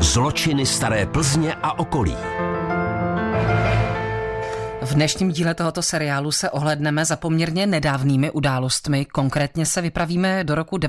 Zločiny staré Plzně a okolí. V dnešním díle tohoto seriálu se ohlédneme za poměrně nedávnými událostmi. Konkrétně se vypravíme do roku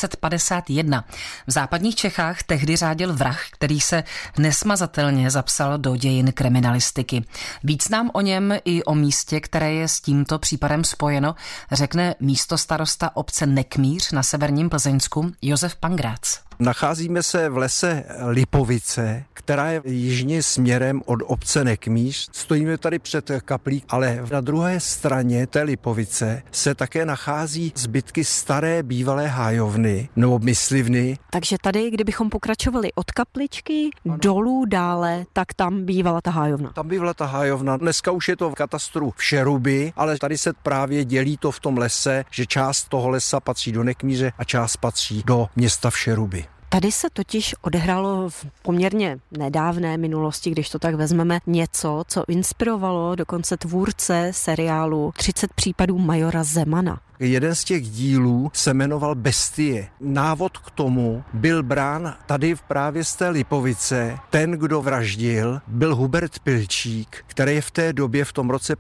1951. V západních Čechách tehdy řádil vrah, který se nesmazatelně zapsal do dějin kriminalistiky. Víc nám o něm i o místě, které je s tímto případem spojeno, řekne místostarosta obce Nekmíř na severním Plzeňsku Josef Pangrác. Nacházíme se v lese Lipovice, která je jižně směrem od obce Nekmíř. Stojíme tady před kaplí, ale na druhé straně té Lipovice se také nachází zbytky staré bývalé hájovny nebo myslivny. Takže tady, kdybychom pokračovali od kapličky dolů dále, tak tam bývala ta hájovna. Tam bývala ta hájovna. Dneska už je to v katastru Všeruby, ale tady se právě dělí to v tom lese, že část toho lesa patří do Nekmíře a část patří do města Všeruby. Tady se totiž odehrálo v poměrně nedávné minulosti, když to tak vezmeme, něco, co inspirovalo dokonce tvůrce seriálu 30 případů majora Zemana. Jeden z těch dílů se jmenoval Bestie. Návod k tomu byl brán tady právě z té Lipovice. Ten, kdo vraždil, byl Hubert Pilčík, který v té době, v tom roce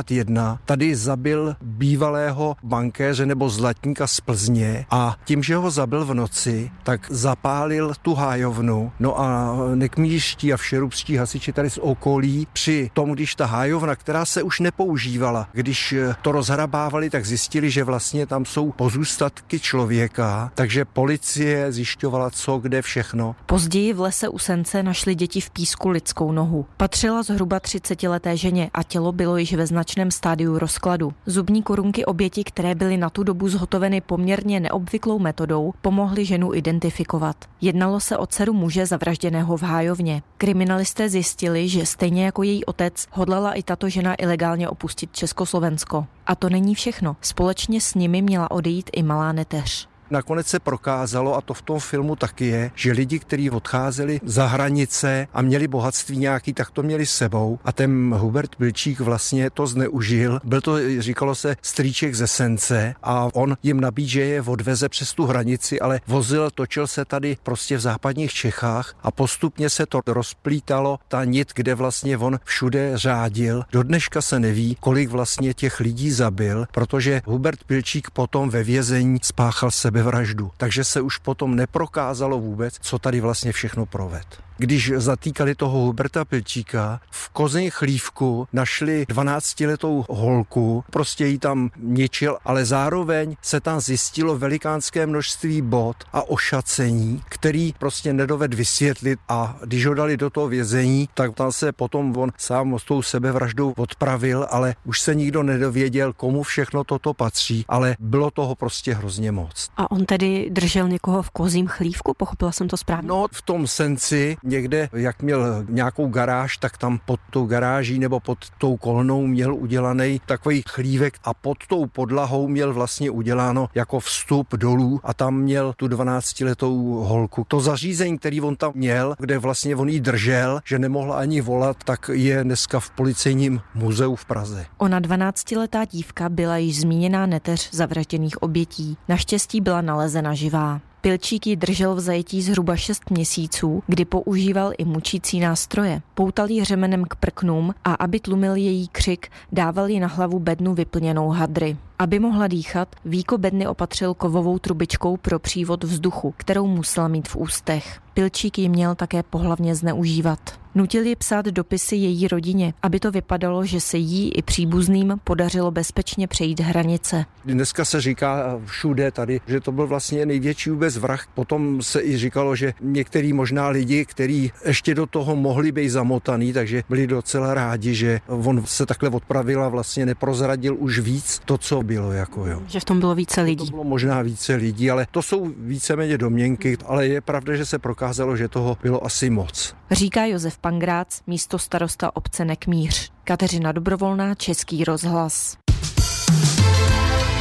51, tady zabil bývalého bankéře nebo zlatníka z Plzně a tím, že ho zabil v noci, tak zapálil tu hájovnu. No a nekmířští a všerubští hasiči tady z okolí při tom, když ta hájovna, která se už nepoužívala, když to rozhrabávali, tak zjistili, že vlastně tam jsou pozůstatky člověka, takže policie zjišťovala co, kde, všechno. Později v lese u Sence našli děti v písku lidskou nohu. Patřila zhruba 30leté ženě a tělo bylo již ve značném stádiu rozkladu. Zubní korunky oběti, které byly na tu dobu zhotoveny poměrně neobvyklou metodou, pomohly ženu identifikovat. Jednalo se o dceru muže zavražděného v hájovně. Kriminalisté zjistili, že stejně jako její otec hodlala i tato žena ilegálně opustit Československo. A to není všechno. Společně s nimi měla odejít i malá neteř. Nakonec se prokázalo, a to v tom filmu taky je, že lidi, kteří odcházeli za hranice a měli bohatství nějaký, tak to měli s sebou a ten Hubert Pilčík vlastně to zneužil. Byl to, říkalo se, strýček ze Sence a on jim nabídl, že je odveze přes tu hranici, ale točil se tady prostě v západních Čechách a postupně se to rozplítalo, ta nit, kde vlastně on všude řádil. Do dneška se neví, kolik vlastně těch lidí zabil, protože Hubert Pilčík potom ve vězení spáchal sebevraždu. Takže se už potom neprokázalo vůbec, co tady vlastně všechno provedl. Když zatýkali toho Huberta Pilčíka, v Kození chlívku našli 12letou holku, prostě ji tam ničil, ale zároveň se tam zjistilo velikánské množství bot a ošacení, který prostě nedovedl vysvětlit a když ho dali do toho vězení, tak tam se potom on sám s tou sebevraždou odpravil, ale už se nikdo nedověděl, komu všechno toto patří, ale bylo toho prostě hrozně moc. A on tedy držel někoho v Kozím chlívku? Pochopila jsem to správně? No, v tom Senci někde, jak měl nějakou garáž, tak tam pod tou garáží nebo pod tou kolnou měl udělaný takový chlívek a pod tou podlahou měl vlastně uděláno jako vstup dolů a tam měl tu 12letou holku. To zařízení, který on tam měl, kde vlastně on jí držel, že nemohla ani volat, tak je dneska v policejním muzeu v Praze. Ona 12letá dívka byla již zmíněná neteř zavražděných obětí. Naštěstí byla nalezena živá. Pilčík ji držel v zajetí zhruba 6 měsíců, kdy používal i mučící nástroje. Poutal ji řemenem k prknům a aby tlumil její křik, dával ji na hlavu bednu vyplněnou hadry. Aby mohla dýchat, víko bedny opatřil kovovou trubičkou pro přívod vzduchu, kterou musela mít v ústech. Pilčík ji měl také pohlavně zneužívat. Nutil ji psát dopisy její rodině, aby to vypadalo, že se jí i příbuzným podařilo bezpečně přejít hranice. Dneska se říká všude tady, že to byl vlastně největší vůbec vrah. Potom se i říkalo, že některý možná lidi, kteří ještě do toho mohli být zamotaný, takže byli docela rádi, že on se takhle odpravil a vlastně neprozradil už víc to, co bylo. Jako, jo. Že v tom bylo více lidí. To bylo možná více lidí, ale to jsou víceméně domněnky, ale je pravda, že se prokázalo, že toho bylo asi moc. Říká Josef Pangrác, místostarosta obce Nekmíř. Kateřina Dobrovolná, Český rozhlas.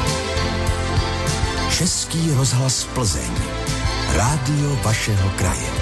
Český rozhlas Plzeň. Rádio vašeho kraje.